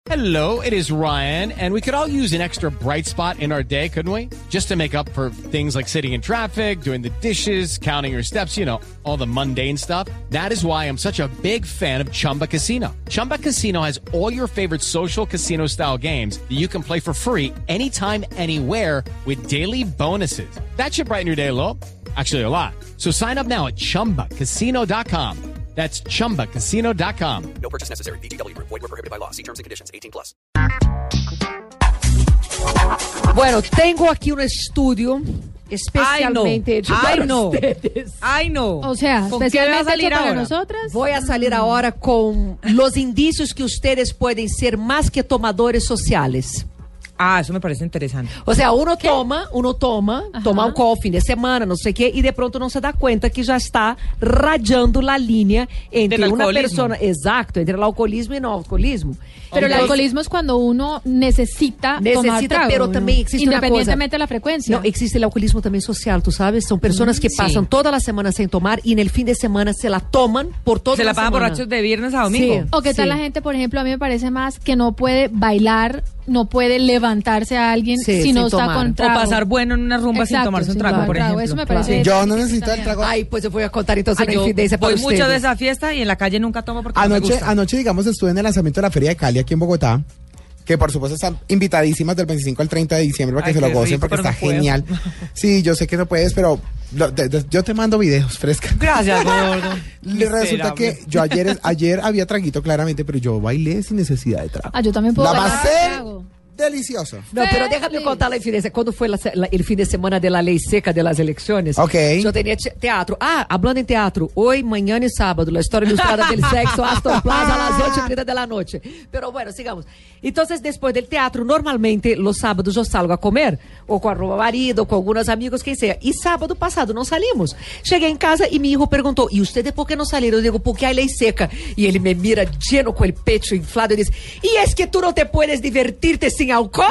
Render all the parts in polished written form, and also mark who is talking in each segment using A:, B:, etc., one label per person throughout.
A: Hello, it is Ryan, and we could all use an extra bright spot in our day, couldn't we? Just to make up for things like sitting in traffic, doing the dishes, counting your steps, you know, all the mundane stuff. That is why I'm such a big fan of Chumba Casino. Chumba Casino has all your favorite social casino-style games that you can play for free anytime, anywhere with daily bonuses. That should brighten your day a little. Actually, a lot. So sign up now at ChumbaCasino.com. That's ChumbaCasino.com.
B: No purchase necessary. VGW Group. Void where prohibited by law. See terms and conditions. 18+.
C: Bueno, tengo aquí un estudio especialmente hecho para ustedes.
D: Ay, no.
E: O sea,
D: ¿Con qué va a salir
E: para
D: ahora?
E: nosotras.
C: Voy a salir ahora con los indicios que ustedes pueden ser más que tomadores sociales.
D: Ah, eso me parece interesante.
C: O sea, uno toma alcohol fin de semana, no sé qué, y de pronto no se da cuenta que ya está rayando la línea entre una persona, exacto, entre el alcoholismo y no alcoholismo.
E: Pero el alcoholismo es cuando uno necesita tomar trago,
C: pero también existe
E: independientemente de la frecuencia.
C: No, existe el alcoholismo también social, tú sabes, son personas que pasan toda la semana sin tomar y en el fin de semana se la toman por toda la semana.
D: Se la pagan borrachos de viernes a domingo.
C: Sí.
E: O qué tal la gente, por ejemplo, a mí me parece más que no puede bailar, no puede levantarse a alguien si no está con trago.
D: O pasar bueno en una rumba sin tomarse un trago, por ejemplo.
E: Eso me parece.
F: Yo no necesito el trago.
C: Ay, pues te voy a contar entonces una infidencia para ustedes.
D: Voy mucho de esa fiesta y en la calle nunca tomo porque no me gusta.
F: Anoche, digamos, estuve en el lanzamiento de la Feria de Cali aquí en Bogotá, que por supuesto están invitadísimas del 25 al 30 de diciembre para que se lo gocen, porque está genial. Sí, yo sé que no puedes, pero yo te mando videos frescas.
D: Gracias, gordo.
F: Resulta que yo ayer había traguito claramente, pero yo bailé sin necesidad de trago.
E: Ah, yo también puedo
F: La
E: bailar
F: pasé
E: trago.
F: delicioso.
C: No, pero déjame contar la infidencia. ¿Cuándo fue el fin de semana de la ley seca de las elecciones?
F: Ok.
C: Yo tenía teatro. Ah, hablando en teatro. Hoy, mañana y sábado, la historia ilustrada del sexo, Astor Plaza, a las 8:30 de la noche. Pero bueno, sigamos. Entonces, después del teatro, normalmente, los sábados yo salgo a comer, o con arroba marido, con algunos amigos, quien sea. Y sábado pasado no salimos. Llegué en casa y mi hijo preguntó, ¿y ustedes por qué no salieron? Yo digo, porque hay ley seca. Y él me mira lleno con el pecho inflado y dice, ¿y es que tú no te puedes divertirte sin alcohol?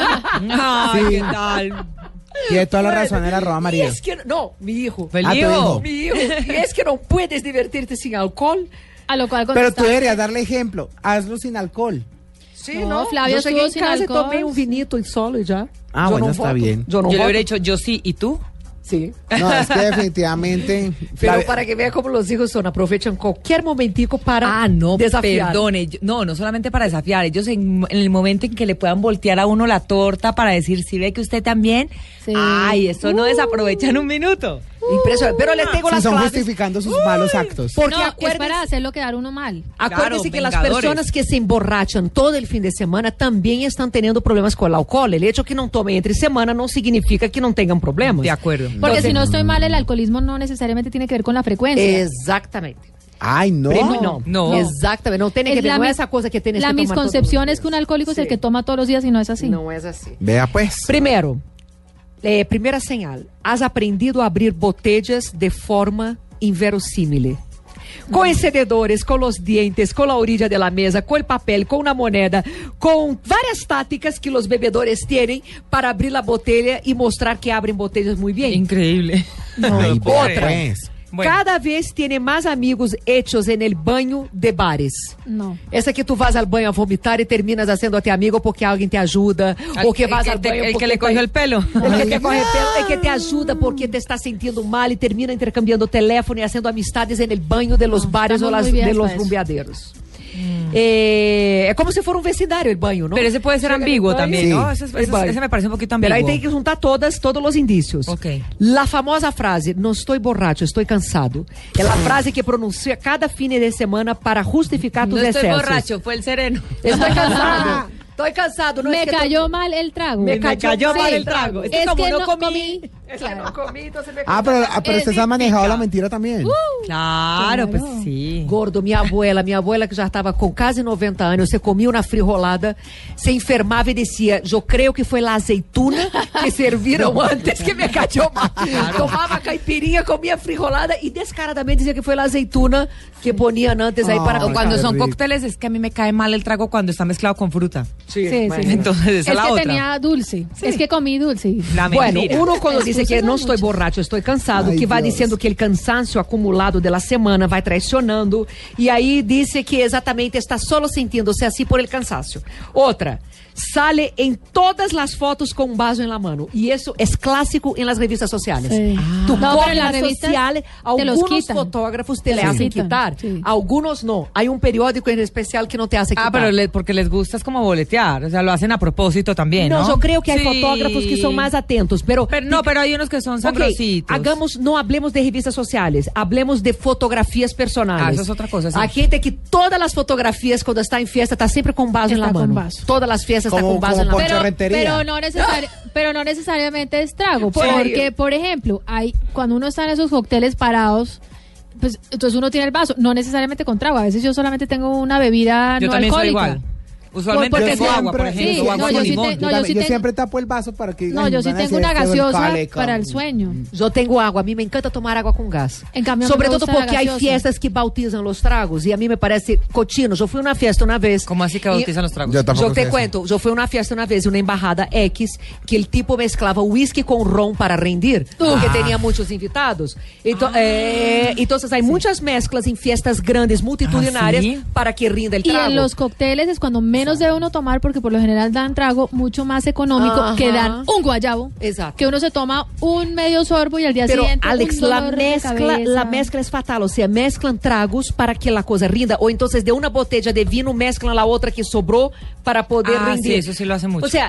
D: Ay, ¿qué tal?
F: Tiene toda la razón, era arroba marido.
C: Y es que, no, mi hijo.
D: ¿El
F: tu hijo?
C: Mi hijo. Y es que no puedes divertirte sin alcohol.
E: A lo cual
F: Pero
E: contestaba,
F: tú deberías darle ejemplo. Hazlo sin alcohol.
C: Sí,
E: No, Flavia
C: yo llegué
E: estuvo
C: en
E: sin
C: casa y
E: alcohol.
C: tomé un vinito y solo y ya.
F: Ah,
C: Yo
F: bueno,
C: no
F: está
C: voto.
F: bien.
C: Yo no
D: Yo le
C: voto.
D: hubiera dicho yo sí y tú.
C: Sí.
F: No, es que definitivamente...
C: Pero para que vea cómo los hijos son, aprovechan cualquier momentico para desafiar.
D: Perdone. No solamente para desafiar. Ellos en el momento en que le puedan voltear a uno la torta para decir, ¿sí ve que usted también?
E: Sí.
D: Ay, eso no desaprovechan un minuto.
C: Impresionante. Pero les tengo
F: Si
C: las
F: son
C: claves.
F: justificando sus malos actos.
C: Porque
E: no, es
C: acuérdense,
E: para hacerlo quedar uno mal.
C: acuérdense
D: Claro,
C: que las
D: vengadores.
C: personas que se emborrachan todo el fin de semana también están teniendo problemas con el alcohol. El hecho que no tomen entre semana no significa que no tengan problemas.
D: De acuerdo.
E: Porque si no estoy mal, el alcoholismo no necesariamente tiene que ver con la frecuencia.
C: Exactamente.
F: Ay, no.
D: No.
C: Exactamente. No tiene que ver, no es esa cosa que tienes
E: La
C: que tomar
E: misconcepción
C: todos los
E: es que un
C: días.
E: alcohólico es el
C: Sí.
E: que toma todos los días y no es así.
C: No es así.
F: Vea pues.
C: Primero, primera señal, has aprendido a abrir botellas de forma inverosímil. Con encendedores, con los dientes, con la orilla de la mesa, con el papel, con una moneda, con varias tácticas que los bebedores tienen para abrir la botella y mostrar que abren botellas muy bien.
D: Increíble.
F: Ay, vea
C: Otra.
F: pues.
D: Bueno.
C: Cada vez tiene más amigos hechos en el baño de bares.
E: No.
C: Essa que tú vas al baño a vomitar y terminas haciéndote amigo porque alguien te ayuda, o que vas al baño
D: el
C: porque
D: que le cogió el pelo.
C: el que te coge el pelo, el que te ayuda porque te está sintiendo mal y termina intercambiando teléfono y haciendo amistades en el baño de los bares o
E: estamos
C: las,
E: muy bien
C: de los
E: para eso.
C: rumbeaderos. Es como si fuera un vecindario el baño, ¿no?
D: Pero ese puede ser
C: Llega
D: ambiguo
C: el baño.
D: también,
F: Sí.
D: ¿no?
C: El baño.
D: Ese me parece un poquito
C: Pero
D: ambiguo.
C: ahí tem que juntar todos los indicios.
D: Ok.
C: La famosa frase, no estoy borracho, estoy cansado. Es la frase que pronuncia cada fin de semana para justificar tus
D: No estoy
C: excesos.
D: borracho, fue el sereno.
C: Estoy cansado. Estoy cansado. No
E: Me
C: es que
E: cayó mal el trago.
C: Me cayó mal el trago.
D: Es que como no comí.
C: Es que no comí, entonces me
F: Ah, pero ustedes han manejado la mentira también.
D: Claro, pues
E: Claro.
D: sí.
C: Gordo, minha abuela que já estava com quase 90 anos, você comia uma frijolada, se enfermava e descia, eu creio que foi a azeitona que serviram antes que me cayó mal. Tomava caipirinha, comia frijolada e descaradamente dizia que foi a azeitona que ponían antes aí para
F: Ay,
D: O cuando
F: qué
D: son
F: rico.
D: cócteles es que a mí me cae mal el trago cuando está mezclado con fruta.
C: Sí,
E: Sí,
C: bueno.
E: sí.
D: Entonces esa
E: Es
D: es la
E: que
D: otra.
E: tenía dulce. Es que comí dulce.
D: La
C: Bueno,
D: mentira.
C: uno cuando dice dice que não estou borracho, estou cansado, que vai dizendo que o cansancio acumulado da semana vai traicionando, e aí disse que exatamente está solo sintiéndose assim por el cansancio. Outra, sale em todas as fotos com um vaso em la mano, e isso é clássico em las revistas sociales. Tu coges las revistas sociales, algunos fotógrafos te le hacen quitar, algunos no. Hay un periódico en especial que no te hace quitar.
D: Pero porque les gusta es como boletear, o sea, lo hacen a propósito también, ¿no?
C: No, yo creo que hay fotógrafos que son más atentos, pero
D: hay unos que son sabrositos.
C: No hablemos de revistas sociales, hablemos de fotografías personales.
D: Eso es otra cosa, sí.
C: Hay gente que todas las fotografías cuando está en fiesta está siempre con vaso en la mano. Todas las fiestas está con vaso en la mano.
E: Pero no necesariamente es trago, porque, por ejemplo, cuando uno está en esos cócteles parados, pues entonces uno tiene el vaso, no necesariamente con trago. A veces yo solamente tengo una bebida no alcohólica. Soy igual.
D: Usualmente tengo agua, por ejemplo.
F: Yo siempre tapo el vaso para que...
E: No, yo sí tengo una gaseosa para el sueño.
C: Yo tengo agua. A mí me encanta tomar agua con gas.
E: En cambio,
C: sobre todo porque hay fiestas que bautizan los tragos y a mí me parece cochino. Yo fui a una fiesta una vez.
D: ¿Cómo así que bautizan los tragos?
C: Yo te cuento. Yo fui a una fiesta una vez, una embajada X, que el tipo mezclaba whisky con ron para rendir, porque tenía muchos invitados. Entonces hay muchas mezclas en fiestas grandes, multitudinarias, para que rinda el trago.
E: Y en los cócteles es cuando menos debe uno tomar, porque por lo general dan trago mucho más económico, que dan un guayabo.
C: Exacto.
E: Que uno se toma un medio sorbo y al día siguiente
C: Alex, la mezcla es fatal, o sea, mezclan tragos para que la cosa rinda, o entonces de una botella de vino mezclan la otra que sobró para poder rendir.
D: Sí, eso sí lo hace mucho.
C: O sea,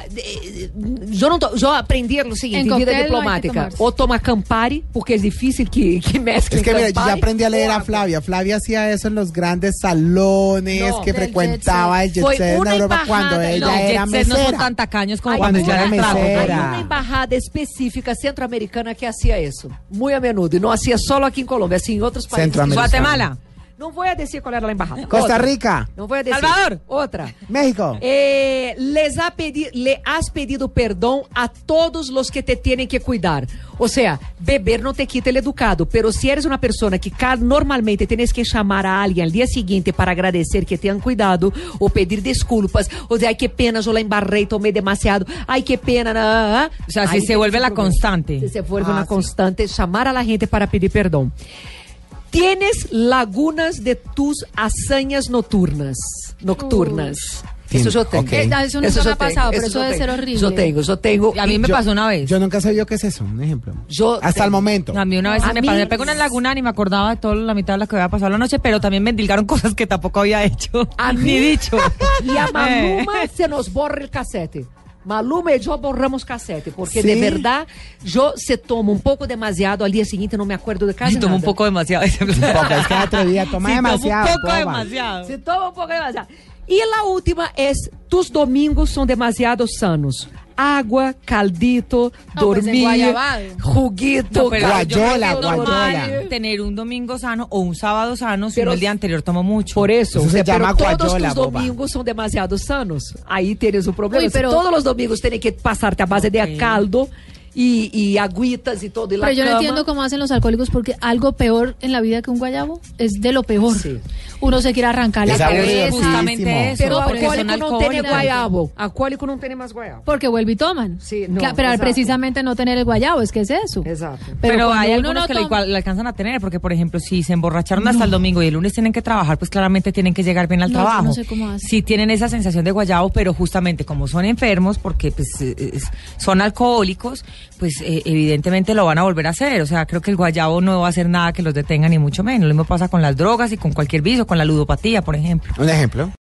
C: yo aprendí lo siguiente, en vida diplomática, o toma Campari, porque es difícil que mezclen.
F: Es que mira, yo ya aprendí a leer a Flavia. Flavia hacía eso en los grandes salones que frecuentaba el Jet Set en Europa cuando ella era mesera.
D: No son tan tacaños como
F: cuando ella era mesera.
C: Hay una embajada específica centroamericana que hacía eso, muy a menudo, y no hacía solo aquí en Colombia, sino en otros países.
D: Guatemala.
C: No voy a decir cuál era la embajada.
F: Costa Rica.
C: No voy a decir.
D: Salvador.
C: Otra.
F: México.
C: Le has pedido perdón a todos los que te tienen que cuidar. O sea, beber no te quita el educado, pero si eres una persona que normalmente tienes que llamar a alguien al día siguiente para agradecer que te han cuidado o pedir disculpas, o sea, ay, qué pena, yo la embarré y tomé demasiado, ay, qué pena.
D: O sea, si se vuelve la constante.
C: Si se vuelve una constante, llamar a la gente para pedir perdón. Tienes lagunas de tus hazañas nocturnas. Eso yo tengo.
E: Eso nunca me ha pasado, pero eso debe ser horrible.
C: Yo tengo.
D: A mí me pasó una vez.
F: Yo nunca sabía qué es eso, un ejemplo. Hasta el momento.
D: A mí una vez me pegó una laguna y me acordaba de toda la mitad de las que había pasado la noche, pero también me endilgaron cosas que tampoco había hecho. Ni dicho.
C: Y a Maluma se nos borra el casete. Maluma y yo borramos casete, porque de verdad yo se tomo un poco demasiado, al día siguiente no me acuerdo de casi nada.
D: Tomo un poco demasiado.
F: Es que atrevida, toma demasiado.
C: Se toma un poco demasiado. Y la última es, tus domingos son demasiado sanos. Agua, caldito, dormir, juguito,
F: guayola.
D: Tener un domingo sano o un sábado sano, si el día anterior tomo mucho.
C: Por eso
F: se llama
C: todos
F: guayola,
C: tus domingos son demasiado sanos. Ahí tienes un problema. Pero todos los domingos tienen que pasarte a base de caldo y agüitas y todo.
E: Pero yo no entiendo cómo hacen los alcohólicos, porque algo peor en la vida que un guayabo es de lo peor. Sí. Uno se quiere arrancar la cabeza.
D: Justamente eso.
C: Pero alcohólico no tiene guayabo. Alcohólico no tiene más guayabo.
E: Porque vuelve y toman.
C: Sí, no,
E: pero precisamente no tener el guayabo, es que es eso.
C: Exacto.
D: Pero hay algunos que lo alcanzan a tener, porque por ejemplo, si se emborracharon hasta el domingo y el lunes tienen que trabajar, pues claramente tienen que llegar bien al trabajo.
E: No sé cómo hacen.
D: Sí tienen esa sensación de guayabo, pero justamente como son enfermos, porque pues son alcohólicos, pues evidentemente lo van a volver a hacer. O sea, creo que el guayabo no va a hacer nada que los detenga, ni mucho menos. Lo mismo pasa con las drogas y con cualquier vicio, con la ludopatía, por ejemplo.
F: Un ejemplo.